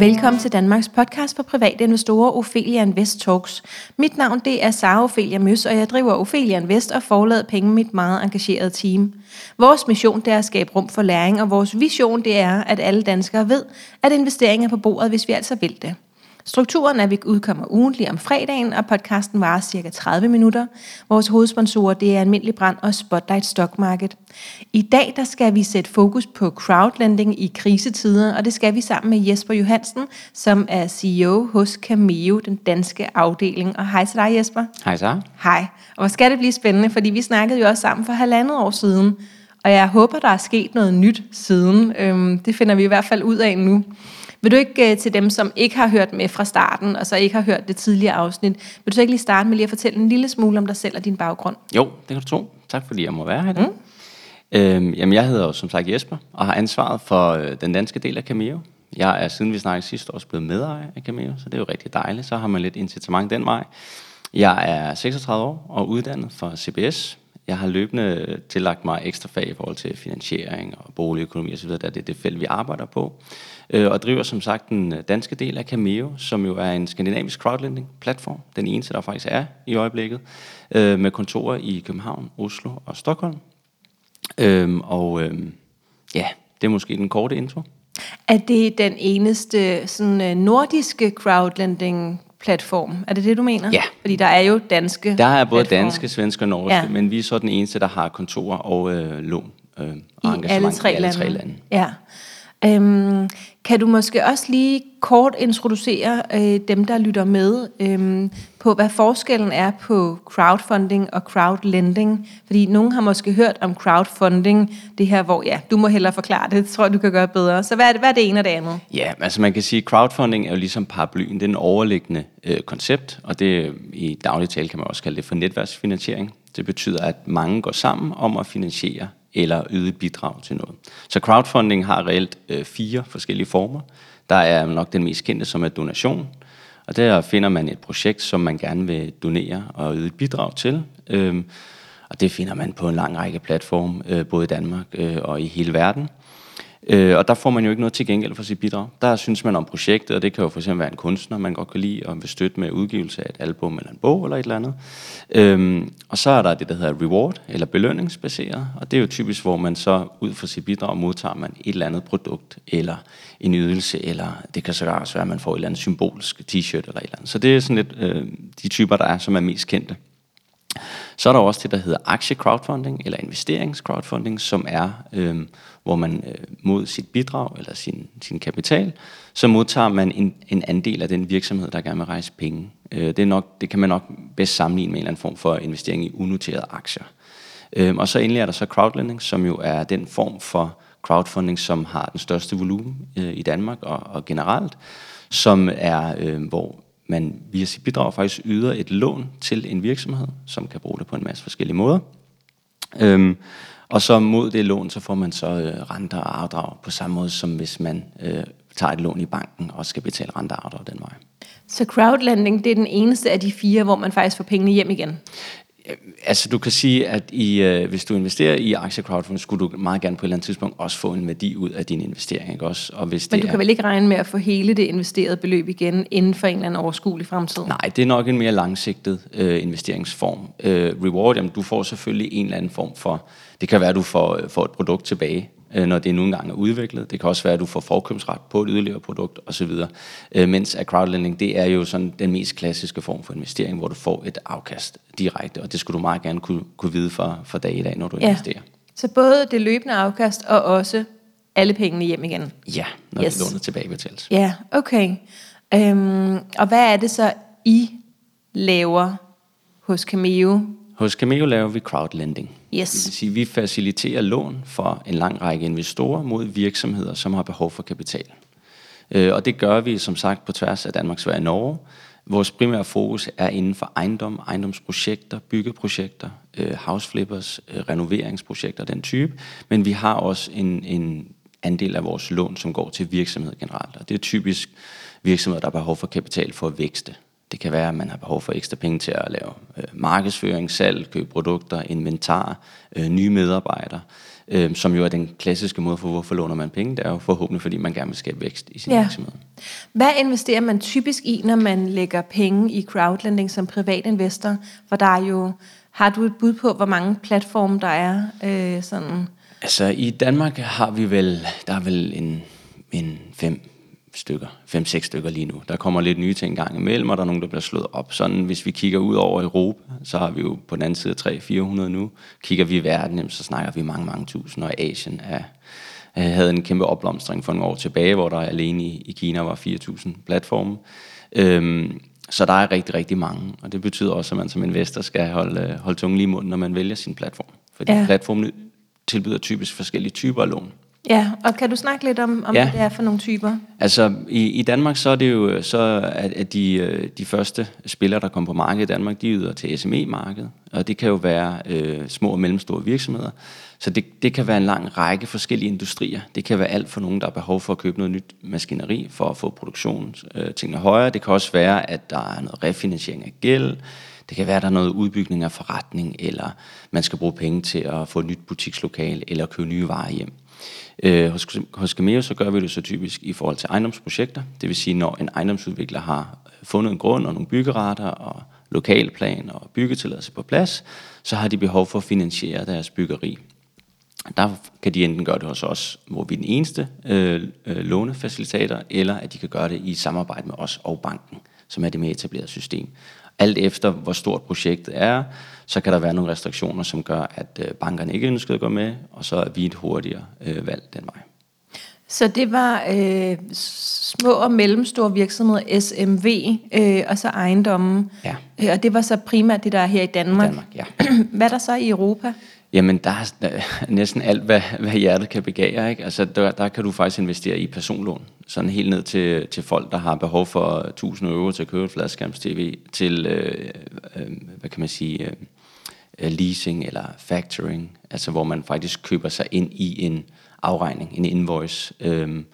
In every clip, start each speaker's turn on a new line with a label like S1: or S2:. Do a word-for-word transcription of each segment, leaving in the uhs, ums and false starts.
S1: Velkommen til Danmarks podcast for private investorer, Ophelia Invest Talks. Mit navn det er Sara Ophelia Møs, og jeg driver Ophelia Invest og forlader penge med mit meget engagerede team. Vores mission det er at skabe rum for læring, og vores vision det er, at alle danskere ved, at investering er på bordet, hvis vi altså vil det. Strukturen er, at vi udkommer ugentlig om fredagen, og podcasten varer cirka tredive minutter. Vores hovedsponsorer det er Almindelig Brand og Spotlight Stock Market. I dag der skal vi sætte fokus på crowdlending i krisetider, og det skal vi sammen med Jesper Johansen, som er C E O hos Cameo, den danske afdeling. Og hej til dig, Jesper.
S2: Hej så.
S1: Hej. Og hvor skal det blive spændende, fordi vi snakkede jo også sammen for halvandet år siden, og jeg håber, der er sket noget nyt siden. Øhm, det finder vi i hvert fald ud af nu. Vil du ikke til dem, som ikke har hørt med fra starten, og så ikke har hørt det tidligere afsnit, vil du så ikke lige starte med lige at fortælle en lille smule om dig selv og din baggrund?
S2: Jo, det kan du tro. Tak fordi jeg må være her. Mm. Øhm, jamen, jeg hedder jo som sagt Jesper, og har ansvaret for øh, den danske del af Cameo. Jeg er siden vi snakkede sidste år blevet medejer af Cameo, så det er jo rigtig dejligt. Så har man lidt incitament den vej. Jeg er seksogtredive år og uddannet fra C B S. Jeg har løbende tillagt mig ekstra fag i forhold til finansiering og boligøkonomi osv., da det er det felt, vi arbejder på. Og driver som sagt den danske del af Cameo, som jo er en skandinavisk crowdlending-platform. Den eneste, der faktisk er i øjeblikket, med kontorer i København, Oslo og Stockholm. Og ja, det er måske den korte intro.
S1: Er det den eneste sådan, nordiske crowdlending platform? Er det det, du mener?
S2: Ja.
S1: Fordi der er jo danske
S2: Der er både
S1: platform.
S2: danske, svenske og norske, ja. Men vi er så den eneste, der har kontorer og øh, lån øh, og
S1: I alle tre,
S2: i alle
S1: lande.
S2: tre lande.
S1: Ja. Øhm, kan du måske også lige kort introducere øh, dem, der lytter med, øh, på hvad forskellen er på crowdfunding og crowdlending? Fordi nogen har måske hørt om crowdfunding, det her, hvor ja, du må hellere forklare det, det tror jeg, du kan gøre bedre. Så hvad er det, hvad er det ene og det andet?
S2: Ja, altså man kan sige, at crowdfunding er jo ligesom paraplyen, det er en overliggende øh, koncept, og det i daglig tale kan man også kalde det for netværksfinansiering. Det betyder, at mange går sammen om at finansiere eller yde bidrag til noget. Så crowdfunding har reelt øh, fire forskellige former. Der er nok den mest kendte, som er donation. Og der finder man et projekt, som man gerne vil donere og yde bidrag til. Øhm, og det finder man på en lang række platforme, øh, både i Danmark øh, og i hele verden. Øh, og der får man jo ikke noget til gengæld for sit bidrag. Der synes man om projektet, og det kan jo for eksempel være en kunstner, man godt kan lide og vil støtte med udgivelse af et album eller en bog eller et eller andet. Øhm, og så er der det, der hedder reward, eller belønningsbaseret, og det er jo typisk, hvor man så ud fra sit bidrag modtager man et eller andet produkt, eller en ydelse, eller det kan så også være, at man får et eller andet symbolsk t-shirt eller et eller andet. Så det er sådan lidt øh, de typer, der er, som er mest kendte. Så er der også det, der hedder aktie-crowdfunding, eller investerings-crowdfunding, som er, øh, hvor man øh, mod sit bidrag, eller sin, sin kapital, så modtager man en, en andel af den virksomhed, der gerne vil rejse penge. Øh, det, er nok, det kan man nok bedst sammenligne med en eller anden form for investering i unoterede aktier. Øh, og så endelig er der så crowdlending, som jo er den form for crowdfunding, som har den største volumen øh, i Danmark og, og generelt, som er, øh, hvor man via sit bidrag faktisk yder et lån til en virksomhed, som kan bruge det på en masse forskellige måder. Øhm, og så mod det lån, så får man så øh, renter og afdrag på samme måde, som hvis man øh, tager et lån i banken og skal betale renter og afdrag den vej.
S1: Så crowdlending, det er den eneste af de fire, hvor man faktisk får pengene hjem igen?
S2: Altså du kan sige, at i, øh, hvis du investerer i aktie-crowdfunding, skulle du meget gerne på et eller andet tidspunkt også få en værdi ud af din investering, ikke også? Og hvis
S1: Men
S2: det
S1: du kan
S2: er,
S1: vel ikke regne med at få hele det investerede beløb igen inden for en eller anden overskuelig fremtid?
S2: Nej, det er nok en mere langsigtet øh, investeringsform. Øh, reward, jamen du får selvfølgelig en eller anden form for, det kan være, at du får, får et produkt tilbage, øh, når det nu engang er udviklet. Det kan også være, at du får forkøbsret på et yderligere produkt osv. Øh, mens at crowdlending, det er jo sådan den mest klassiske form for investering, hvor du får et afkast direkte, og det skulle du meget gerne kunne, kunne vide for, for dag i dag, når du ja. investerer.
S1: Så både det løbende afkast og også alle pengene hjem igen?
S2: Ja, når yes. det lånet tilbagebetales.
S1: Ja, okay. Øhm, og hvad er det så, I laver hos Cameo?
S2: Hos Cameo laver vi crowdlending.
S1: Yes.
S2: Det vil sige, at vi faciliterer lån for en lang række investorer mod virksomheder, som har behov for kapital. Og det gør vi som sagt på tværs af Danmark, Sverige og Norge. Vores primære fokus er inden for ejendom, ejendomsprojekter, byggeprojekter, house flippers, renoveringsprojekter, den type. Men vi har også en, en andel af vores lån, som går til virksomheder generelt. Og det er typisk virksomheder, der har behov for kapital for at vækste. Det kan være, at man har behov for ekstra penge til at lave øh, markedsføring, salg, købe produkter, inventar, øh, nye medarbejdere, øh, som jo er den klassiske måde for, hvorfor låner man penge. Det er jo forhåbentlig, fordi man gerne vil skabe vækst i sin ja. virksomhed.
S1: Hvad investerer man typisk i, når man lægger penge i crowdlending som privatinvestor? For der er jo, har du et bud på, hvor mange platforme der er? Øh, sådan?
S2: Altså i Danmark har vi vel, der er vel en, en fem stykker, fem, seks stykker lige nu. Der kommer lidt nye ting en gang imellem, og der er nogen, der bliver slået op. Sådan, hvis vi kigger ud over Europa, så har vi jo på den anden side tre til fire hundrede nu. Kigger vi i verden, så snakker vi mange, mange tusind, og Asien er, havde en kæmpe opblomstring for nogle år tilbage, hvor der alene i, i Kina var fire tusind platforme. Øhm, så der er rigtig, rigtig mange, og det betyder også, at man som investor skal holde, holde tungen lige i munden, når man vælger sin platform. Fordi ja. platformen tilbyder typisk forskellige typer af lån.
S1: Ja, og kan du snakke lidt om, om ja. hvad det er for nogle typer?
S2: Altså i, i Danmark så er det jo så at, at de, de første spillere, der kommer på markedet i Danmark, de yder til S M E-markedet, og det kan jo være øh, små og mellemstore virksomheder. Så det, det kan være en lang række forskellige industrier. Det kan være alt for nogen, der har behov for at købe noget nyt maskineri for at få produktionstingene øh, højere. Det kan også være, at der er noget refinansiering af gæld. Det kan være, at der er noget udbygning af forretning, eller man skal bruge penge til at få et nyt butikslokale, eller købe nye varer hjem. Øh, hos, hos Scameo så gør vi det så typisk i forhold til ejendomsprojekter. Det vil sige, når en ejendomsudvikler har fundet en grund og nogle byggeretter og lokalplan og byggetilladelse på plads, så har de behov for at finansiere deres byggeri. Der kan de enten gøre det hos os, hvor vi er den eneste øh, øh, lånefacilitator, eller at de kan gøre det i samarbejde med os og banken, som er det mere etablerede system. Alt efter, hvor stort projektet er, så kan der være nogle restriktioner, som gør, at øh, bankerne ikke ønsker at gå med, og så er vi et hurtigere øh, valg den vej.
S1: Så det var øh, små og mellemstore virksomheder, S M V, øh, og så ejendommen.
S2: Ja.
S1: Øh, og det var så primært det, der er her i Danmark.
S2: Danmark, ja.
S1: Hvad er der så i Europa?
S2: Jamen, der er, der er næsten alt, hvad, hvad hjertet kan begære, ikke? Altså, der, der kan du faktisk investere i personlån. Sådan helt ned til, til folk, der har behov for tusind euro til at købe et fladskærms-tv, til, øh, øh, hvad kan man sige, øh, leasing eller factoring, altså hvor man faktisk køber sig ind i en afregning, en invoice, øh,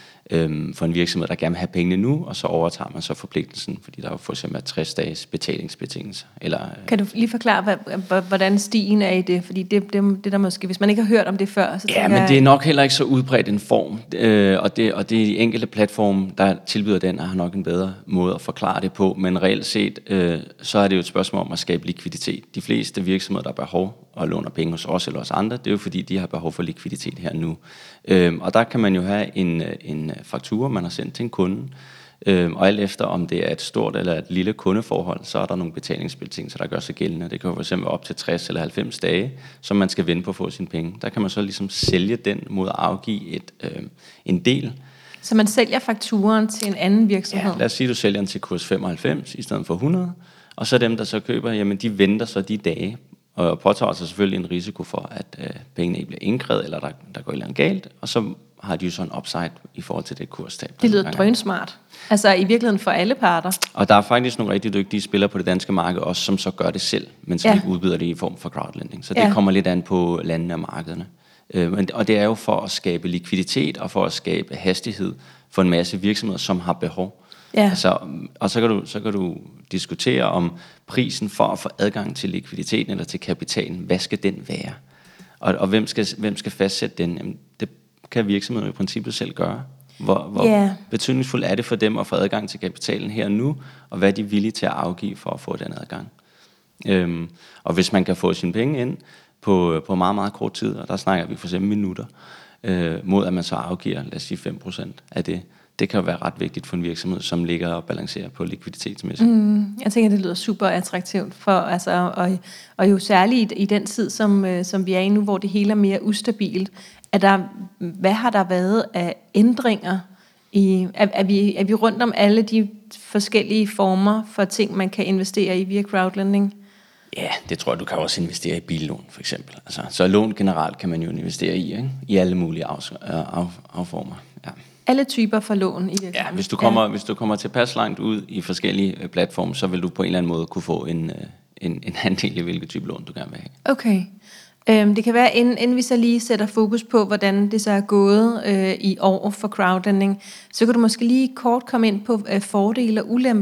S2: øh, for en virksomhed, der gerne vil have pengene nu, og så overtager man så forpligtelsen, fordi der er jo for eksempel tres dages betalingsbetingelser. Eller,
S1: kan du lige forklare, hvad, hvordan stigen er i det? Fordi det, det, det der måske, hvis man ikke har hørt om det før, så
S2: ja, men jeg, det er nok heller ikke så udbredt en form, øh, og, det, og det er de enkelte platforme, der tilbyder den, og har nok en bedre måde at forklare det på, men reelt set, øh, så er det jo et spørgsmål om at skabe likviditet. De fleste virksomheder, der har behov og låner penge hos os eller hos andre, det er jo fordi, de har behov for likviditet her nu. Øh, og der kan man jo have en, en faktura, man har sendt til en kunde, Øhm, og alt efter om det er et stort eller et lille kundeforhold, så er der nogle betalingsbetingelser, der gør sig gældende. Det kan jo for eksempel op til tres eller halvfems dage, som man skal vente på at få sine penge. Der kan man så ligesom sælge den mod at afgive et, øh, en del.
S1: Så man sælger fakturen til en anden virksomhed?
S2: Ja, lad os sige, at du sælger den til kurs femoghalvfems i stedet for hundrede, og så dem, der så køber, jamen de venter så de dage, og påtager sig selvfølgelig en risiko for, at øh, pengene ikke bliver indkrævet, eller der, der går et eller andet galt, og så har de jo sådan en upside i forhold til det kurstab.
S1: Det lyder drønsmart. Altså i virkeligheden for alle parter.
S2: Og der er faktisk nogle rigtig dygtige spillere på det danske marked også, som så gør det selv, men som ja. ikke udbyder det i form for crowdlending. Så det ja. kommer lidt an på landene og markederne. Øh, og det er jo for at skabe likviditet og for at skabe hastighed for en masse virksomheder, som har behov. Ja. Altså, og så kan, du, så kan du diskutere om prisen for at få adgang til likviditeten eller til kapitalen, hvad skal den være? Og, og hvem, skal, hvem skal fastsætte den? Jamen, det kan virksomheden i princippet selv gøre. Hvor, hvor yeah. betydningsfuldt er det for dem at få adgang til kapitalen her og nu, og hvad er de villige til at afgive for at få den adgang. Øhm, og hvis man kan få sine penge ind på, på meget, meget kort tid, og der snakker vi for eksempel minutter, øh, mod at man så afgiver, lad os sige fem procent af det, det kan jo være ret vigtigt for en virksomhed, som ligger og balancerer på likviditetsmæssigt. Mm,
S1: jeg tænker, det lyder super attraktivt, for, altså, og, og jo særligt i, i den tid, som, som vi er i nu, hvor det hele er mere ustabilt. Er der, hvad har der været af ændringer? I, er, er, vi, er vi rundt om alle de forskellige former for ting, man kan investere i via crowdlending?
S2: Ja, det tror jeg, du kan også investere i billån, for eksempel. Altså, så lån generelt kan man jo investere i, ikke? I alle mulige af, af, afformer. Ja.
S1: Alle typer for lån i virkeligheden.
S2: Ja, hvis du kommer, ja. hvis du kommer tilpas langt ud i forskellige platforme, så vil du på en eller anden måde kunne få en, en, en andel i hvilket type lån, du gerne vil have.
S1: Okay. Øhm, det kan være, inden, inden vi så lige sætter fokus på, hvordan det så er gået øh, i år for crowdlending, så kan du måske lige kort komme ind på øh, fordele og ulemper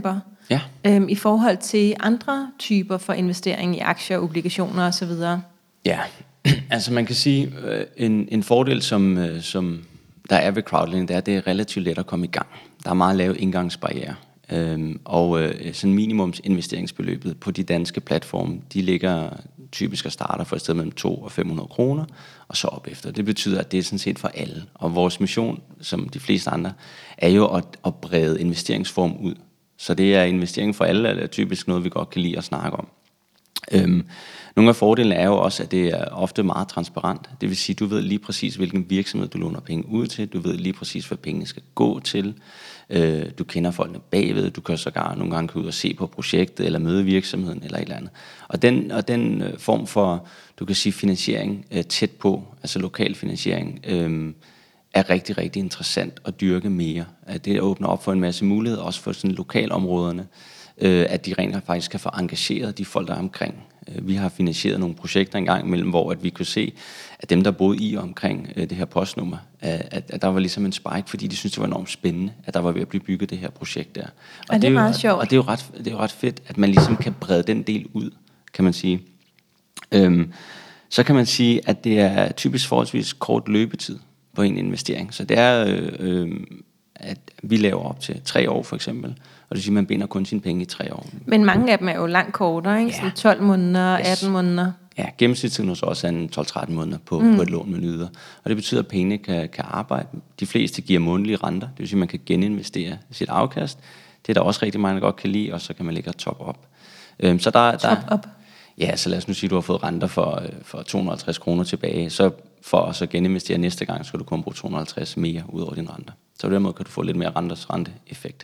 S2: Ja.
S1: øhm, i forhold til andre typer for investering i aktier, obligationer osv.?
S2: Ja, altså man kan sige, øh, en, en fordel, som, øh, som der er ved crowdlending, det er, at det er relativt let at komme i gang. Der er meget lave indgangsbarrierer. Øhm, og øh, sådan minimumsinvesteringsbeløbet på de danske platforme, de ligger typisk og starter for et sted mellem to og fem hundrede kroner, og så op efter. Det betyder, at det er sådan set for alle. Og vores mission, som de fleste andre, er jo at, at brede investeringsform ud. Så det er investering for alle, eller typisk noget, vi godt kan lide at snakke om. Øhm, nogle af fordelene er jo også, at det er ofte meget transparent. Det vil sige, at du ved lige præcis, hvilken virksomhed du låner penge ud til. Du ved lige præcis, hvad pengene skal gå til. Øh, du kender folkene bagved. Du kan sågar nogle gange gå ud og se på projektet, eller møde virksomheden, eller et eller andet. Og den, og den øh, form for, du kan sige, finansiering øh, tæt på, altså lokal finansiering, øh, er rigtig, rigtig interessant at dyrke mere. At det åbner op for en masse muligheder, også for sådan lokalområderne, øh, at de rent faktisk kan få engageret de folk, der er omkring. Vi har finansieret nogle projekter engang imellem, hvor at vi kunne se, at dem, der boede i og omkring øh, det her postnummer, at, at der var ligesom en spike, fordi de syntes, det var enormt spændende, at der var ved at blive bygget det her projekt der. Og,
S1: og det er,
S2: det er
S1: meget
S2: jo,
S1: sjovt.
S2: Og det er jo ret, det er jo ret fedt, at man ligesom kan brede den del ud, kan man sige. Øhm, så kan man sige, at det er typisk forholdsvis kort løbetid på en investering. Så det er, øh, øh, at vi laver op til tre år for eksempel, og det vil sige, at man binder kun sine penge i tre år.
S1: Men mange af dem er jo langt kortere, ikke?
S2: Ja.
S1: Sådan tolv måneder,
S2: Yes.
S1: atten måneder.
S2: Ja, gennemsnitstiden hos os er en tolv til tretten måneder på, mm. på et lån med nyder. Og det betyder, at pengene kan, kan arbejde. De fleste giver månedlige renter, det vil sige, at man kan geninvestere sit afkast. Det er der også rigtig mange, der godt kan lide, og så kan man lægge top op. Øhm, så der,
S1: Top
S2: der,
S1: op?
S2: Ja, så lad os nu sige, at du har fået renter for, for to hundrede og halvtreds kroner tilbage. Så for at så geninvestere næste gang, skal du kun bruge to hundrede og halvtreds mere ud over dine renter. Så på den måde kan du få lidt mere renters renteeffekt.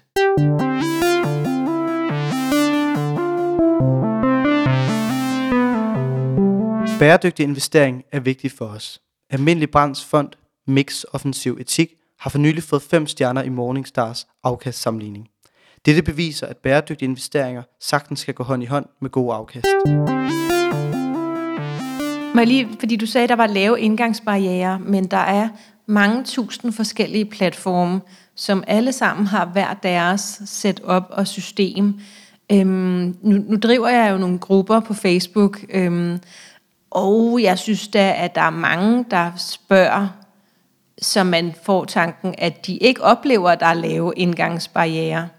S3: Bæredygtig investering er vigtig for os. Almindelig Brands fond Mix Offensiv Etik har for nylig fået fem stjerner i Morningstars afkastsammenligning. Dette beviser, at bæredygtige investeringer sagtens skal gå hånd i hånd med gode afkast.
S1: Må jeg lige, fordi du sagde, at der var lave indgangsbarrierer, men der er mange tusind forskellige platforme, som alle sammen har hver deres setup og system. Øhm, nu, nu driver jeg jo nogle grupper på Facebook, øhm, og jeg synes da, at der er mange, der spørger, så man får tanken, at de ikke oplever, at der er lave indgangsbarrierer.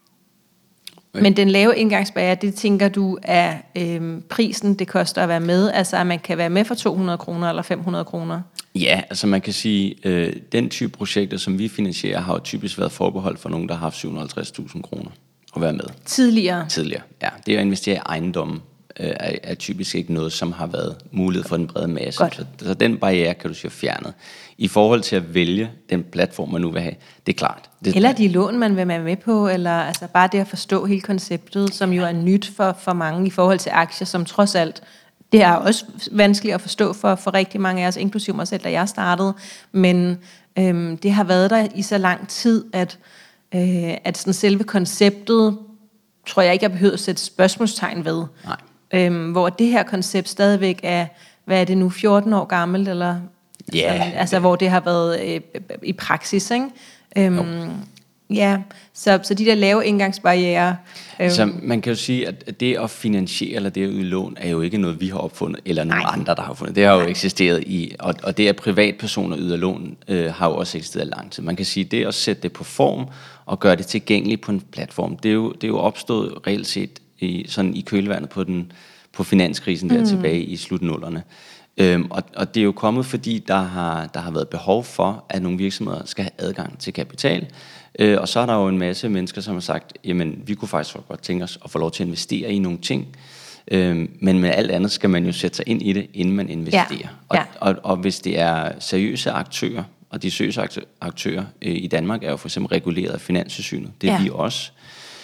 S1: Men den lave indgangsbarriere, det tænker du er øhm, prisen, det koster at være med? Altså at man kan være med for to hundrede kroner eller fem hundrede kroner?
S2: Ja, altså man kan sige, øh, den type projekter, som vi finansierer, har jo typisk været forbeholdt for nogen, der har haft syv hundrede og halvtreds tusind kroner at være med.
S1: Tidligere?
S2: Tidligere, ja. Det at investere i ejendomme øh, er, er typisk ikke noget, som har været mulighed for den brede masse. Så, så den barriere kan du sige fjernet. I forhold til at vælge den platform, man nu vil have, det er klart. Det,
S1: eller de lån, man vil være med på, eller altså bare det at forstå hele konceptet, som jo er nyt for, for mange i forhold til aktier, som trods alt, det er også vanskeligt at forstå for, for rigtig mange af os, inklusive mig selv, da jeg startede, men øhm, det har været der i så lang tid, at, øh, at sådan selve konceptet, tror jeg ikke, jeg behøver at sætte spørgsmålstegn ved.
S2: Nej.
S1: Øhm, hvor det her koncept stadigvæk er, hvad er det nu, fjorten år gammelt, eller
S2: yeah,
S1: sådan, altså hvor det har været øh, i praksis, ikke? Øhm, ja, så, så de der lave indgangsbarrierer. Øh.
S2: Så man kan jo sige, at det at finansiere eller det at yde lån, er jo ikke noget, vi har opfundet, eller nogen Nej. andre, der har opfundet. Det har jo Nej. eksisteret i, og, og det at privatpersoner yder lån, øh, har jo også eksisteret lang tid. Man kan sige, det at sætte det på form, og gøre det tilgængeligt på en platform, det er jo, det er jo opstået reelt set i, sådan i kølvandet på, den, på finanskrisen der mm. tilbage i slutnullerne. Øhm, og, og det er jo kommet, fordi der har, der har været behov for, at nogle virksomheder skal have adgang til kapital. Øh, og så er der jo en masse mennesker, som har sagt, jamen vi kunne faktisk godt tænke os at få lov til at investere i nogle ting. Øh, men med alt andet skal man jo sætte sig ind i det, inden man investerer. Ja. Og, ja. og, og, og hvis det er seriøse aktører, og de seriøse aktører øh, i Danmark er jo for eksempel reguleret af Finanstilsynet, det er ja. vi også.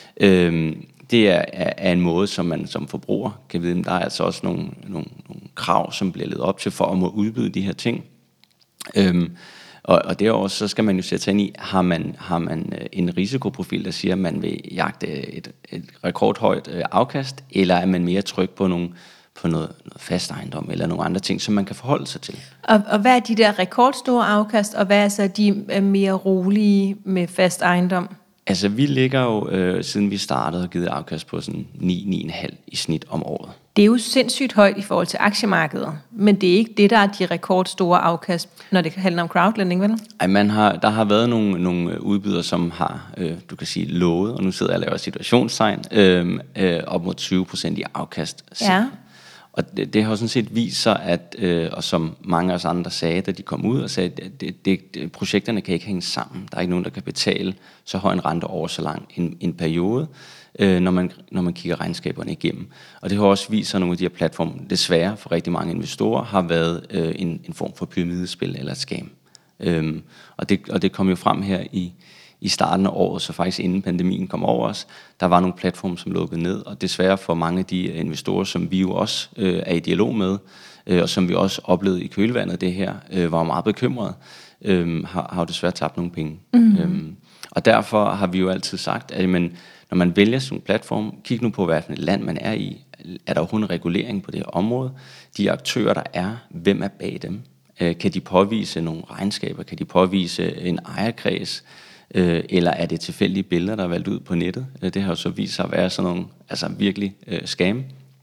S2: Øh, Det er, er en måde, som man som forbruger kan vide, der er altså også nogle, nogle, nogle krav, som bliver ledet op til for at må udbyde de her ting. Øhm, og, og derover så skal man jo sætte sig ind i, har man, har man en risikoprofil, der siger, at man vil jagte et, et rekordhøjt afkast, eller er man mere tryg på, nogle, på noget, noget fast ejendom, eller nogle andre ting, som man kan forholde sig til.
S1: Og, og hvad er de der rekordstore afkast, og hvad er så de mere rolige med fast ejendom?
S2: Altså, vi ligger jo, øh, siden vi startede, og givet afkast på sådan ni til ni komma fem i snit om året.
S1: Det er jo sindssygt højt i forhold til aktiemarkedet, men det er ikke det, der er de rekordstore afkast, når det handler om crowdlending, vel?
S2: Ej, man har, der har været nogle, nogle udbydere, som har, øh, du kan sige, lovet, og nu sidder jeg og laver situationstegn, øh, øh, op mod tyve procent i afkast.
S1: Ja.
S2: Og det, det har sådan set vist sig, at, øh, og som mange af os andre sagde, da de kom ud og sagde, at det, det, det, projekterne kan ikke hænge sammen. Der er ikke nogen, der kan betale så høj en rente over så lang en, en periode, øh, når, man, når man kigger regnskaberne igennem. Og det har også vist sig, at nogle af de her platforme, desværre for rigtig mange investorer, har været øh, en, en form for pyramidespil eller et scam. Øhm, og, det, og det kom jo frem her i, i starten af året, så faktisk inden pandemien kom over os, der var nogle platforme, som lukkede ned, og desværre for mange af de investorer, som vi jo også øh, er i dialog med, øh, og som vi også oplevede i kølvandet det her, øh, var meget bekymrede, øh, har, har jo desværre tabt nogle penge. Mm-hmm. Øhm, og derfor har vi jo altid sagt, at man, når man vælger sådan en platform, kig nu på, hvad for et land man er i. Er der overhovedet en regulering på det her område? De aktører, der er, hvem er bag dem? Øh, kan de påvise nogle regnskaber? Kan de påvise en ejerkreds? Øh, eller er det tilfældige billeder, der er valgt ud på nettet? Øh, det har jo så vist sig at være sådan nogle altså virkelig øh, scam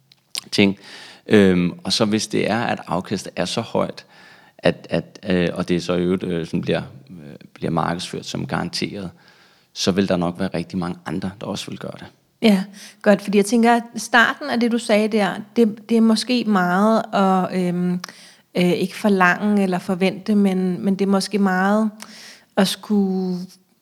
S2: ting. Øhm, og så hvis det er, at afkastet er så højt, at, at, øh, og det så i øvrigt øh, sådan bliver, øh, bliver markedsført som garanteret, så vil der nok være rigtig mange andre, der også vil gøre det.
S1: Ja, godt, fordi jeg tænker, at starten af det, du sagde der, det, det er måske meget at øhm, øh, ikke forlange eller forvente, men, men det er måske meget at skulle,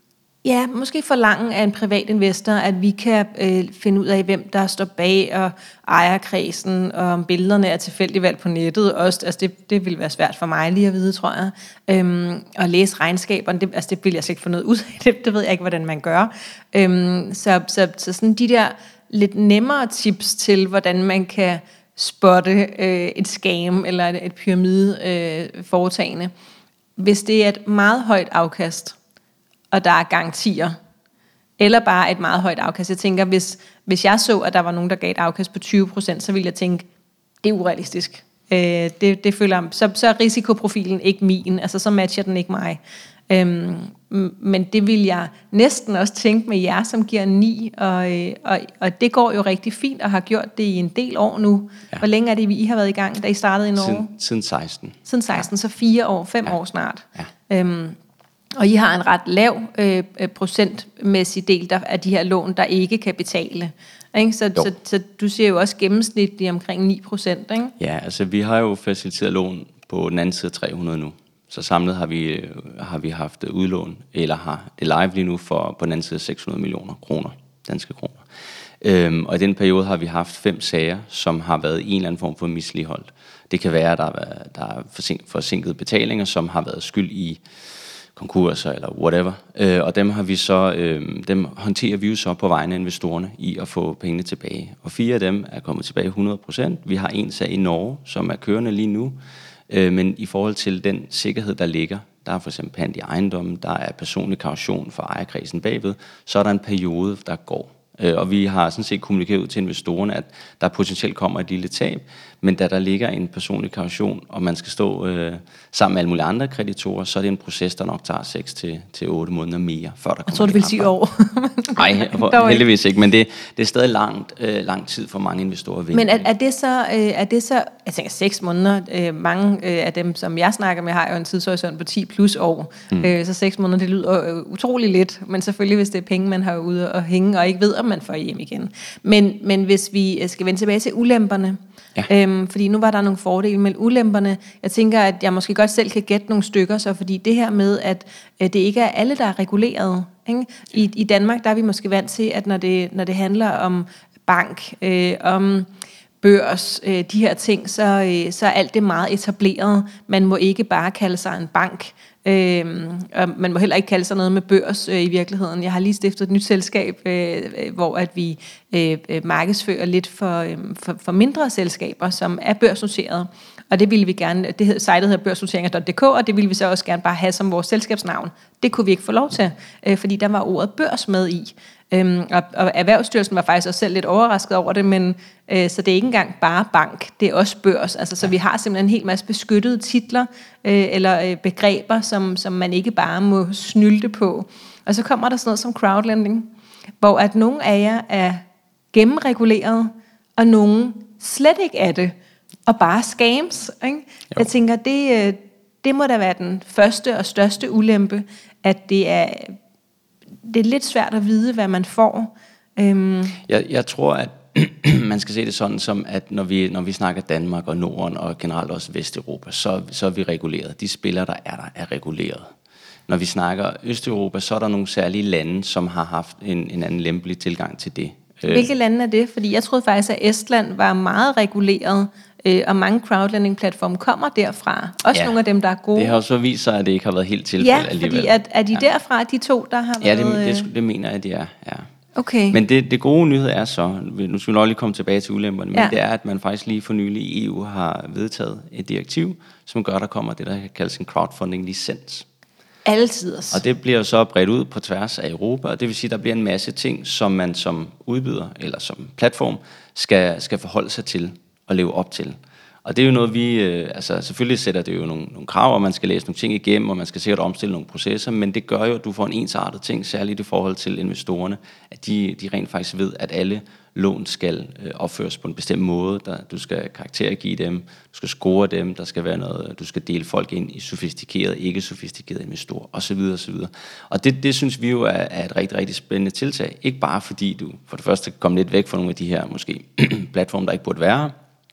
S1: ja, måske forlange af en privat investor, at vi kan øh, finde ud af, hvem der står bag og ejerkredsen, og om billederne er tilfældigt valgt på nettet. Også, altså det, det ville være svært for mig lige at vide, tror jeg. Øhm, og læse regnskaberne, det, altså det vil jeg slet ikke få noget ud af. Det, det ved jeg ikke, hvordan man gør. Øhm, så, så, så sådan de der lidt nemmere tips til, hvordan man kan spotte øh, et scam eller et, et pyramide øh, foretagende. Hvis det er et meget højt afkast, og der er garantier, eller bare et meget højt afkast. Jeg tænker, hvis, hvis jeg så, at der var nogen, der gav et afkast på tyve procent, så ville jeg tænke, det er urealistisk. Øh, det, det føler jeg, så, så er risikoprofilen ikke min, altså så matcher den ikke mig. Øhm, men det vil jeg næsten også tænke med jer, som giver ni, og, og, og det går jo rigtig fint, og har gjort det i en del år nu. Ja. Hvor længe er det, I har været i gang, da I startede i Norge?
S2: Siden, siden seksten.
S1: Siden seksten, ja. Så fire år, fem
S2: ja.
S1: år snart.
S2: Ja.
S1: Øhm, Og I har en ret lav øh, procentmæssig del der, af de her lån, der ikke kan betale. Ikke? Så, så, så du siger jo også gennemsnitligt omkring ni procent, ikke?
S2: Ja, altså vi har jo faciliteret lån på den anden side af tre hundrede nu. Så samlet har vi, har vi haft udlån, eller har det live lige nu for på den anden side seks hundrede millioner kroner, danske kroner. Øhm, og i den periode har vi haft fem sager, som har været i en eller anden form for misligholdt. Det kan være, at der er, der er forsink, forsinkede betalinger, som har været skyld i konkurser eller whatever, øh, og dem har vi så, øh, dem håndterer vi jo så på vegne af investorerne i at få pengene tilbage. Og fire af dem er kommet tilbage hundrede procent. Vi har en sag i Norge, som er kørende lige nu, øh, men i forhold til den sikkerhed, der ligger, der er for eksempel pant i ejendommen, der er personlig kaution for ejerkredsen bagved, så er der en periode, der går. Og vi har sådan set kommunikeret ud til investorerne, at der potentielt kommer et lille tab, men da der ligger en personlig kaution, og man skal stå øh, sammen med alle mulige andre kreditorer, så er det en proces, der nok tager seks til otte måneder mere, før der kommer.
S1: Jeg tror, det vil sige år.
S2: Nej, heldigvis ikke, men det, det er stadig langt, øh, lang tid for mange investorer.
S1: Men er, er, det så, øh, er det så, jeg tænker seks måneder, øh, mange øh, af dem, som jeg snakker med, har jo en tidshorisont på ti plus år, mm. øh, så seks måneder, det lyder øh, utrolig lidt, men selvfølgelig, hvis det er penge, man har ude at hænge, og ikke ved, om man får hjem igen. Men, men hvis vi skal vende tilbage til ulemperne, ja. øhm, fordi nu var der nogle fordele med ulemperne, jeg tænker, at jeg måske godt selv kan gætte nogle stykker, så fordi det her med, at øh, det ikke er alle, der er reguleret, ikke? I, I Danmark, der er vi måske vant til, at når det, når det handler om bank, øh, om børs, øh, de her ting, så, øh, så er alt det meget etableret. Man må ikke bare kalde sig en bank, øh, og man må heller ikke kalde sig noget med børs øh, i virkeligheden. Jeg har lige stiftet et nyt selskab, øh, hvor at vi øh, markedsfører lidt for, øh, for, for mindre selskaber, som er børsnoteret. Og det ville vi gerne, det hed, sitet hedder børsnoteringer punktum d k, og det ville vi så også gerne bare have som vores selskabsnavn. Det kunne vi ikke få lov til, øh, fordi der var ordet børs med i. Øhm, og, og Erhvervsstyrelsen var faktisk også selv lidt overrasket over det, men øh, så det er ikke engang bare bank, det er også børs. Altså, så vi har simpelthen en hel masse beskyttede titler øh, eller øh, begreber, som, som man ikke bare må snylte på. Og så kommer der sådan noget som crowdlending, hvor at nogle af jer er gennemreguleret, og nogle slet ikke er det, og bare scams. Ikke? Jeg tænker, det, det må da være den første og største ulempe, at det er, det er lidt svært at vide, hvad man får. Øhm.
S2: Jeg, jeg tror, at man skal se det sådan, som at når vi, når vi snakker Danmark og Norden, og generelt også Vesteuropa, så, så er vi reguleret. De spillere, der er der, er reguleret. Når vi snakker Østeuropa, så er der nogle særlige lande, som har haft en, en anden lempelig tilgang til det.
S1: Hvilke lande er det? Fordi jeg troede faktisk, at Estland var meget reguleret, øh, og mange crowdlending-platforme kommer derfra. Også ja, nogle af dem, der er gode.
S2: Det har også vist sig, at det ikke har været helt tilfældet
S1: ja,
S2: alligevel.
S1: Ja, fordi er, er de ja. derfra, de to, der har
S2: ja,
S1: været...
S2: Ja, det, det, det mener jeg, at de er. Ja.
S1: Okay.
S2: Men det, det gode nyhed er så, nu skal vi nok lige komme tilbage til ulemperne, ja. men det er, at man faktisk lige for nylig i E U har vedtaget et direktiv, som gør, at der kommer det, der kaldes en crowdfunding-licens.
S1: Altid.
S2: Og det bliver så bredt ud på tværs af Europa, og det vil sige, at der bliver en masse ting, som man som udbyder eller som platform skal, skal forholde sig til og leve op til. Og det er jo noget, vi... Øh, altså selvfølgelig sætter det jo nogle, nogle krav, og man skal læse nogle ting igennem, og man skal sikkert omstille nogle processer, men det gør jo, at du får en ensartet ting, særligt i forhold til investorerne, at de, de rent faktisk ved, at alle lån skal øh, opføres på en bestemt måde. Der, du skal karaktergive dem, du skal score dem, der skal være noget, du skal dele folk ind i sofistikerede, ikke sofistikerede investorer, osv. osv. Og det, det synes vi jo er, er et rigtig, rigtig spændende tiltag. Ikke bare fordi du for det første kan komme lidt væk fra nogle af de her måske platforme, der ikke burde være,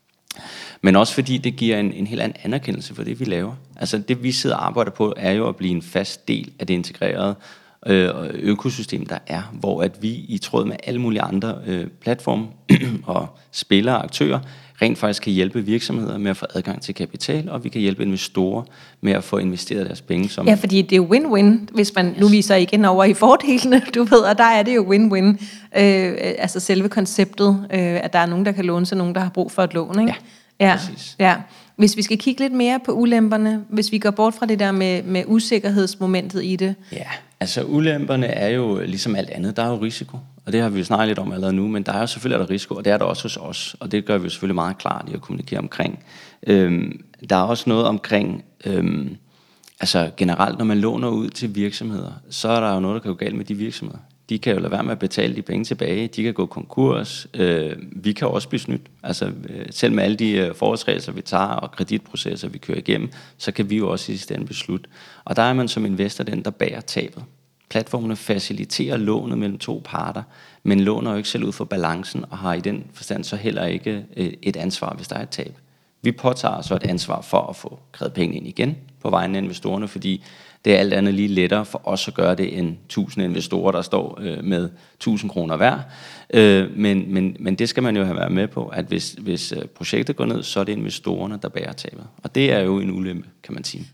S2: men også fordi det giver en, en helt anden anerkendelse for det, vi laver. Altså det, vi sidder og arbejder på, er jo at blive en fast del af det integrerede øh, økosystem, der er, hvor at vi i tråd med alle mulige andre øh, platforme og spillere og aktører, rent faktisk kan hjælpe virksomheder med at få adgang til kapital, og vi kan hjælpe investorer med at få investeret deres penge. Som
S1: ja, fordi det er jo win-win, hvis man yes. nu viser igen over i fordelene, du ved, og der er det jo win-win. Øh, altså selve konceptet, øh, at der er nogen, der kan låne sig, nogen, der har brug for et lån, ikke?
S2: Ja.
S1: Ja, ja. Hvis vi skal kigge lidt mere på ulemperne, hvis vi går bort fra det der med, med usikkerhedsmomentet i det.
S2: Ja, altså ulemperne er jo ligesom alt andet, der er jo risiko, og det har vi jo snakket lidt om allerede nu, men der er jo selvfølgelig der risiko, og det er der også hos os, og det gør vi jo selvfølgelig meget klart i at kommunikere omkring. Øhm, der er også noget omkring, øhm, altså generelt når man låner ud til virksomheder, så er der jo noget, der kan gå galt med de virksomheder. De kan jo lade være med at betale de penge tilbage, de kan gå konkurs, øh, vi kan også blive snydt. Altså øh, selv med alle de øh, forholdsregler, vi tager, og kreditprocesser, vi kører igennem, så kan vi jo også i sidste ende beslutte. Og der er man som investor den, der bærer tabet. Platformene faciliterer lånet mellem to parter, men låner jo ikke selv ud for balancen, og har i den forstand så heller ikke øh, et ansvar, hvis der er et tab. Vi påtager så et ansvar for at få krævet penge ind igen på vegne af investorerne, fordi det er alt andet lige lettere for os at gøre det end tusind investorer, der står øh, med tusind kroner hver. Øh, men, men, men det skal man jo have været med på, at hvis, hvis projektet går ned, så er det investorerne, der bærer tabet. Og det er jo en ulempe, kan man sige.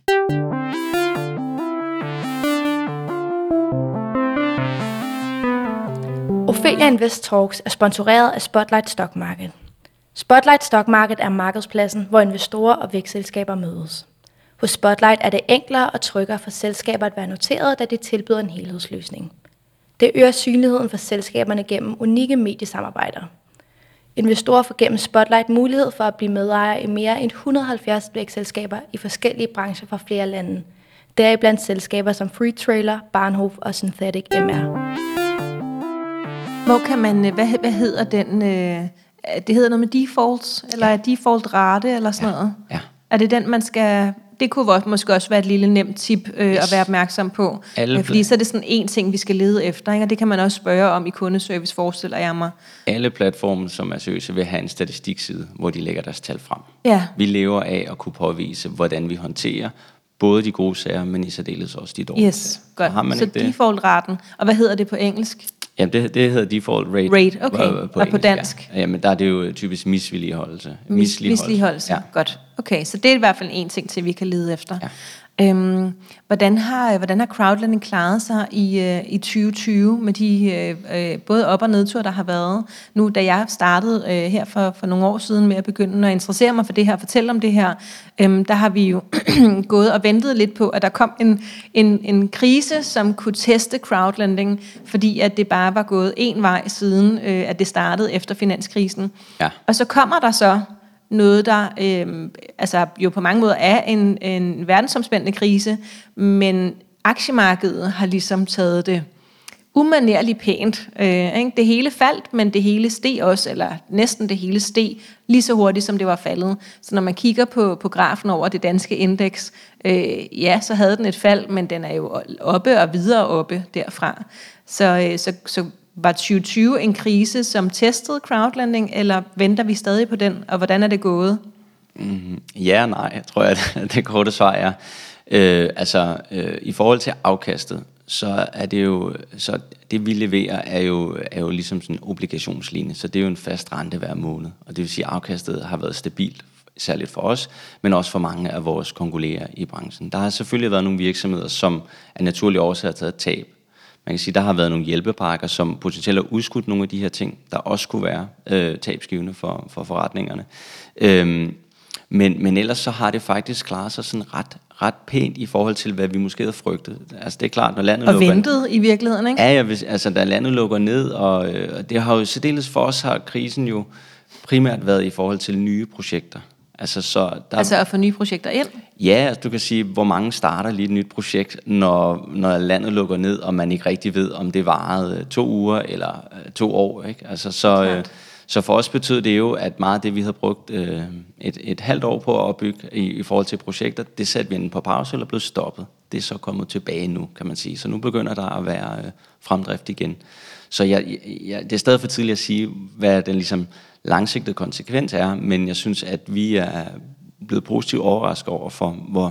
S4: Ophelia Invest Talks er sponsoreret af Spotlight Stock Market. Spotlight Stock Market er markedspladsen, hvor investorer og vækstselskaber mødes. Hos Spotlight er det enklere og tryggere for selskaber at være noteret, da det tilbyder en helhedsløsning. Det øger synligheden for selskaberne gennem unikke mediesamarbejder. Investorer får gennem Spotlight mulighed for at blive medejere i mere end et hundrede og halvfjerds vækstselskaber i forskellige brancher fra flere lande. Deriblandt selskaber som Freetrailer, Bahnhof og Synthetic M R.
S1: Hvor kan man, hvad, hvad hedder den, øh, det hedder noget med defaults, eller ja. default rate, eller sådan
S2: ja.
S1: noget?
S2: Ja.
S1: Er det den, man skal... Det kunne måske også være et lille nemt tip øh, yes. at være opmærksom på. Alle fordi så er det sådan en ting, vi skal lede efter, ikke? Og det kan man også spørge om i kundeservice, forestiller jeg mig.
S2: Alle platforme, som er seriøse, vil have en statistikside, hvor de lægger deres tal frem.
S1: Ja.
S2: Vi lever af at kunne påvise, hvordan vi håndterer både de gode sager, men i særdeles også de dårlige
S1: yes,
S2: sager.
S1: Godt. Har man så default-raten. Og hvad hedder det på engelsk?
S2: Jamen, det, det hedder default rate.
S1: Rate, okay.
S2: På, på
S1: og på dansk?
S2: Ja. Jamen, der er det jo typisk misligeholdelse.
S1: Mis, misligeholdelse, ja. Godt. Okay, så det er i hvert fald en ting til, vi kan lede efter. Ja. Øhm, hvordan, har, hvordan har crowdlending klaret sig i, øh, i tyve tyve med de øh, både op- og nedture, der har været? Nu, da jeg startede øh, her for, for nogle år siden med at begynde at interessere mig for det her, og fortælle om det her, øh, der har vi jo gået og ventet lidt på, at der kom en, en, en krise, som kunne teste crowdlending, fordi at det bare var gået en vej siden, øh, at det startede efter finanskrisen. Ja. Og så kommer der så noget, der øh, altså jo på mange måder er en, en verdensomspændende krise, men aktiemarkedet har ligesom taget det umanerligt pænt. Øh, ikke? Det hele faldt, men det hele steg også, eller næsten det hele steg, lige så hurtigt, som det var faldet. Så når man kigger på, på grafen over det danske indeks, øh, ja, så havde den et fald, men den er jo oppe og videre oppe derfra. Så, øh, så, så var tyve tyve en krise, som testede crowdlending, eller venter vi stadig på den, og hvordan er det gået?
S2: Mm, ja og nej, tror jeg, at det korte svar er. Øh, altså, øh, i forhold til afkastet, så er det jo, så det vi leverer er jo, er jo ligesom sådan en obligationslinje, så det er jo en fast rente hver måned, og det vil sige, at afkastet har været stabilt, særligt for os, men også for mange af vores konkurrerer i branchen. Der har selvfølgelig været nogle virksomheder, som af naturlige årsager har taget tab. Man kan sige, der har været nogle hjælpepakker, som potentielt har udskudt nogle af de her ting, der også kunne være øh, tabsgivende for, for forretningerne. Øhm, men, men ellers så har det faktisk klaret sig sådan ret, ret pænt i forhold til, hvad vi måske havde frygtet. Altså det er klart, når landet
S1: og
S2: lukker... Og
S1: ventet i virkeligheden, ikke?
S2: Ja, ja, altså da landet lukker ned, og øh, det har jo særdeles for os, har krisen jo primært været i forhold til nye projekter. Altså, så der,
S1: altså at få nye projekter ind?
S2: Ja, altså, du kan sige, hvor mange starter lige et nyt projekt, når, når landet lukker ned, og man ikke rigtig ved, om det varede to uger eller to år. Ikke? Altså, så, øh, så for os betød det jo, at meget af det, vi havde brugt øh, et, et halvt år på at opbygge i, i forhold til projekter, det satte vi enten på pause eller blev stoppet. Det er så kommet tilbage nu, kan man sige. Så nu begynder der at være øh, fremdrift igen. Så jeg, jeg, det er stadig for tidligt at sige, hvad den ligesom langsigtede konsekvens er, men jeg synes, at vi er blevet positivt overrasket over for, hvor,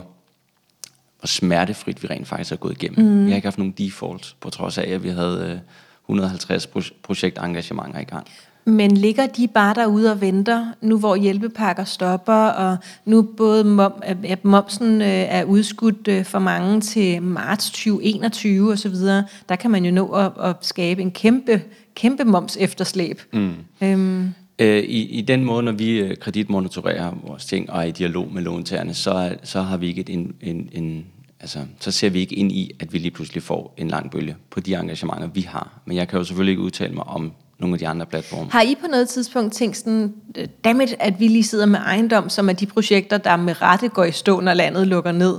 S2: hvor smertefrit vi rent faktisk er gået igennem. Mm. Vi har ikke haft nogen defaults, på trods af, at vi havde et hundrede og halvtreds projektengagementer i gang.
S1: Men ligger de bare derude og venter, nu hvor hjælpepakker stopper, og nu både mom, at momsen er udskudt for mange til marts tyve enogtyve osv., der kan man jo nå at, at skabe en kæmpe, kæmpe moms efterslæb. Mm. Øhm.
S2: I, I den måde, når vi kreditmonitorerer vores ting og er i dialog med låntagerne, så, så har vi ikke et, en, en, en altså, så ser vi ikke ind i, at vi lige pludselig får en lang bølge på de engagementer, vi har. Men jeg kan jo selvfølgelig ikke udtale mig om nogle af de andre platforme.
S1: Har I på noget tidspunkt tænkt sådan, dammit, at vi lige sidder med ejendom, som er de projekter, der med rette går i stå, når landet lukker ned,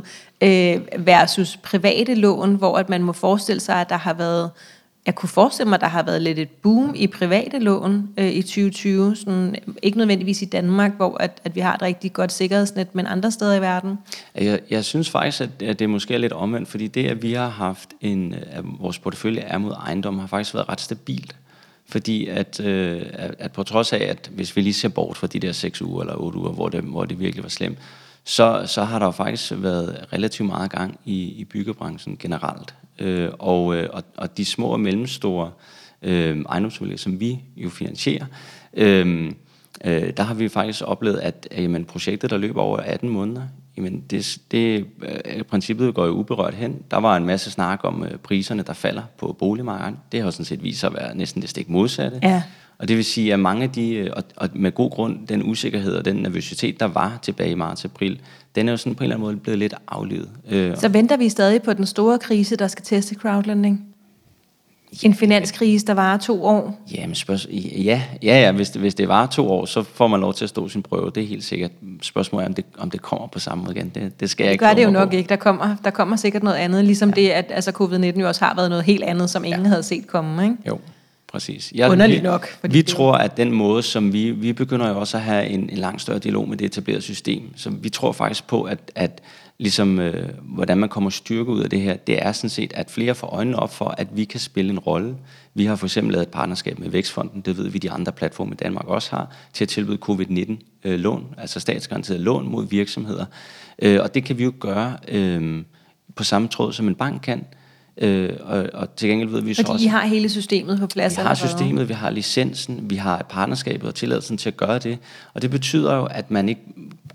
S1: øh, versus private lån, hvor at man må forestille sig, at der har været, jeg kunne forestille mig, at der har været lidt et boom i private lån øh, i tyve tyve, sådan, ikke nødvendigvis i Danmark, hvor at, at vi har et rigtig godt sikkerhedsnet, men andre steder i verden.
S2: Jeg, jeg synes faktisk, at, at det måske er lidt omvendt, fordi det, at vi har haft en, at vores portefølje er mod ejendom, har faktisk været ret stabilt. Fordi at, øh, at på trods af, at hvis vi lige ser bort fra de der seks uger eller otte uger, hvor det, hvor det virkelig var slemt, så, så har der jo faktisk været relativt meget gang i, i byggebranchen generelt. Øh, og, og, og de små og mellemstore øh, ejendomsudlæg, som vi jo finansierer, øh, øh, der har vi faktisk oplevet, at jamen, projektet, der løber over atten måneder, jamen det, det øh, princippet går jo uberørt hen. Der var en masse snak om øh, priserne, der falder på boligmarkedet. Det har jo sådan set vist sig at være næsten det stik modsatte.
S1: Ja.
S2: Og det vil sige, at mange af de, og, og med god grund, den usikkerhed og den nervøsitet, der var tilbage i marts-april, den er jo sådan på en eller anden måde blevet lidt aflevet. Øh,
S1: Så venter vi stadig på den store krise, der skal teste crowdlending? En finanskrise, der varer to år?
S2: Jamen, spørg- ja, ja, ja. Hvis, det, hvis det varer to år, så får man lov til at stå sin prøve. Det er helt sikkert. Spørgsmålet er, om det, om det kommer på samme måde igen. Det, det skal jeg
S1: det
S2: ikke
S1: gør det jo nok
S2: på.
S1: ikke. Der kommer, der kommer sikkert noget andet. Ligesom ja. det, at altså, covid nitten jo også har været noget helt andet, som ingen ja. havde set komme. Ikke?
S2: Jo, præcis. Jeg,
S1: Underligt
S2: vi,
S1: nok.
S2: Vi tror, at den måde, som vi... Vi begynder jo også at have en, en langt større dialog med det etablerede system. Så vi tror faktisk på, at... at ligesom øh, hvordan man kommer styrke ud af det her, det er sådan set, at flere får øjnene op for, at vi kan spille en rolle. Vi har for eksempel lavet et partnerskab med Vækstfonden, det ved vi de andre platforme i Danmark også har, til at tilbyde covid nitten øh, lån, altså statsgaranteret lån mod virksomheder. Øh, og det kan vi jo gøre øh, på samme tråd, som en bank kan. Øh, og, og til gengæld ved vi så
S1: Fordi
S2: også...
S1: I har hele systemet på plads?
S2: Vi har systemet, vi har licensen, vi har partnerskabet og tilladelsen til at gøre det. Og det betyder jo, at man ikke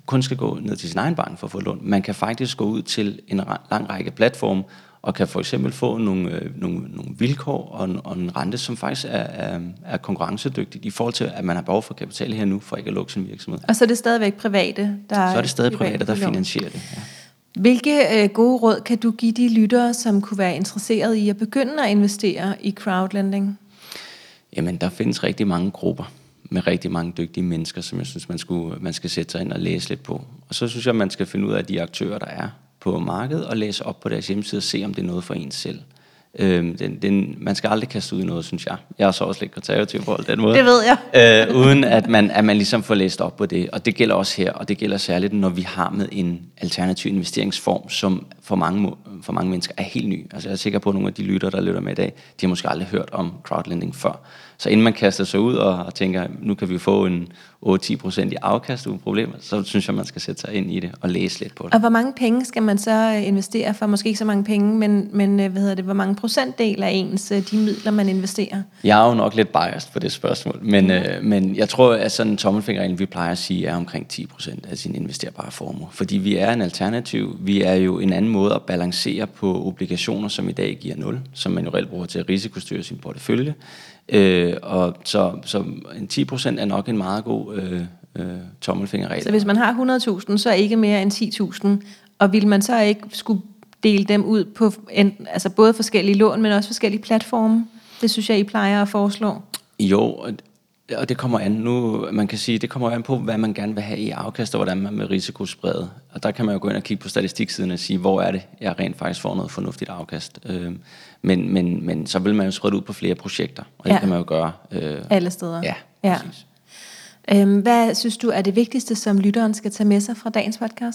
S2: kun skal gå ned til sin egen bank for at få lån. Man kan faktisk gå ud til en lang række platforme, og kan for eksempel få nogle, øh, nogle, nogle vilkår og en, og en rente, som faktisk er, er, er konkurrencedygtigt i forhold til, at man har behov for kapital her nu, for ikke at lukke sin virksomhed.
S1: Og så er det stadigvæk private, der...
S2: Så er det stadig private, der finansierer det, ja.
S1: Hvilke øh, gode råd kan du give de lyttere, som kunne være interesseret i at begynde at investere i crowdlending?
S2: Jamen, der findes rigtig mange grupper med rigtig mange dygtige mennesker, som jeg synes, man, skulle, man skal sætte sig ind og læse lidt på. Og så synes jeg, man skal finde ud af de aktører, der er på markedet, og læse op på deres hjemmeside og se, om det er noget for en selv. Øhm, den, den, man skal aldrig kaste ud i noget, synes jeg. Jeg er så også lidt konservativ på den måde.
S1: Det ved
S2: jeg. Øh, uden at man, at man ligesom får læst op på det. Og det gælder også her, og det gælder særligt, når vi har med en alternativ investeringsform, som for mange, for mange mennesker er helt ny. Altså jeg er sikker på, at nogle af de lyttere, der lytter med i dag, de har måske aldrig hørt om crowdlending før. Så inden man kaster sig ud og, og tænker, nu kan vi få en otte til ti procent i afkast uden problemer, så synes jeg, man skal sætte sig ind i det og læse lidt på det.
S1: Og hvor mange penge skal man så investere for? Måske ikke så mange penge, men, men hvad hedder det, hvor mange procentdel af ens de midler, man investerer?
S2: Jeg er jo nok lidt biased på det spørgsmål, men, mm. øh, men jeg tror, at sådan en tommelfingerregel, vi plejer at sige, er omkring ti procent af sin investerbare formue. Fordi vi er en alternativ. Vi er jo en anden måde at balancere på obligationer, som i dag giver nul, som man jo reelt bruger til at risikostyre sin portefølje. Øh, og så, så en ti procent er nok en meget god øh, øh, tommelfingerregel.
S1: Så hvis man har hundrede tusind, så ikke mere end ti tusind, og vil man så ikke skulle dele dem ud på en, altså både forskellige lån, men også forskellige platforme? Det synes jeg, I plejer at foreslå.
S2: Jo, og det kommer an nu, man kan sige, det kommer an på, hvad man gerne vil have i afkast, og hvordan man med risiko sprede. Og der kan man jo gå ind og kigge på statistiksiden og sige, hvor er det, jeg rent faktisk får noget fornuftigt afkast. Øh, men, men, men så vil man jo sprede ud på flere projekter, og det ja. kan man jo gøre. Øh,
S1: Alle steder.
S2: Ja,
S1: ja.
S2: præcis.
S1: Øhm, hvad synes du er det vigtigste, som lytteren skal tage med sig fra dagens podcast?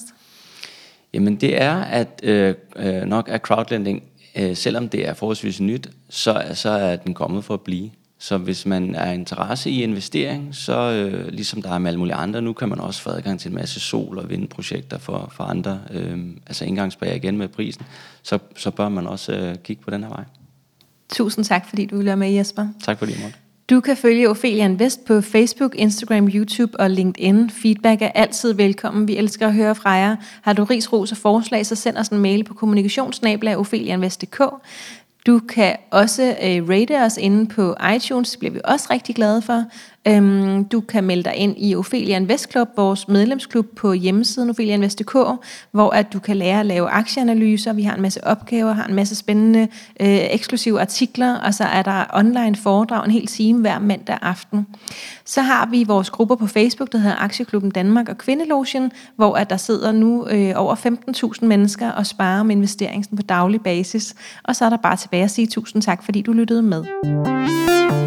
S2: Jamen det er, at øh, nok er crowdlending, øh, selvom det er forholdsvis nyt, så, så er den kommet for at blive. Så hvis man er interesse i investering, så øh, ligesom der er med alle mulige andre, nu kan man også få adgang til en masse sol- og vindprojekter for, for andre, øh, altså indgangsbærer igen med prisen, så, så bør man også øh, kigge på den her vej.
S1: Tusind tak, fordi du vil være med, Jesper.
S2: Tak fordi I måtte.
S1: Du kan følge Ophelia Invest på Facebook, Instagram, YouTube og LinkedIn. Feedback er altid velkommen. Vi elsker at høre fra jer. Har du ris, ros og forslag, så send os en mail på kommunikationsnabel-a ophelia invest punktum d k. Du kan også øh, rate os inde på iTunes, det bliver vi også rigtig glade for. Øhm, du kan melde dig ind i Ophelia Invest Club, vores medlemsklub på hjemmesiden ophelia invest punktum d k, hvor at du kan lære at lave aktieanalyser. Vi har en masse opgaver, har en masse spændende øh, eksklusive artikler, og så er der online foredrag en hel time hver mandag aften. Så har vi vores grupper på Facebook, der hedder Aktieklubben Danmark og Kvindelogen, hvor at der sidder nu øh, over femten tusind mennesker og sparer om investeringen på daglig basis. Og så er der bare tilbage at sige tusind tak, fordi du lyttede med.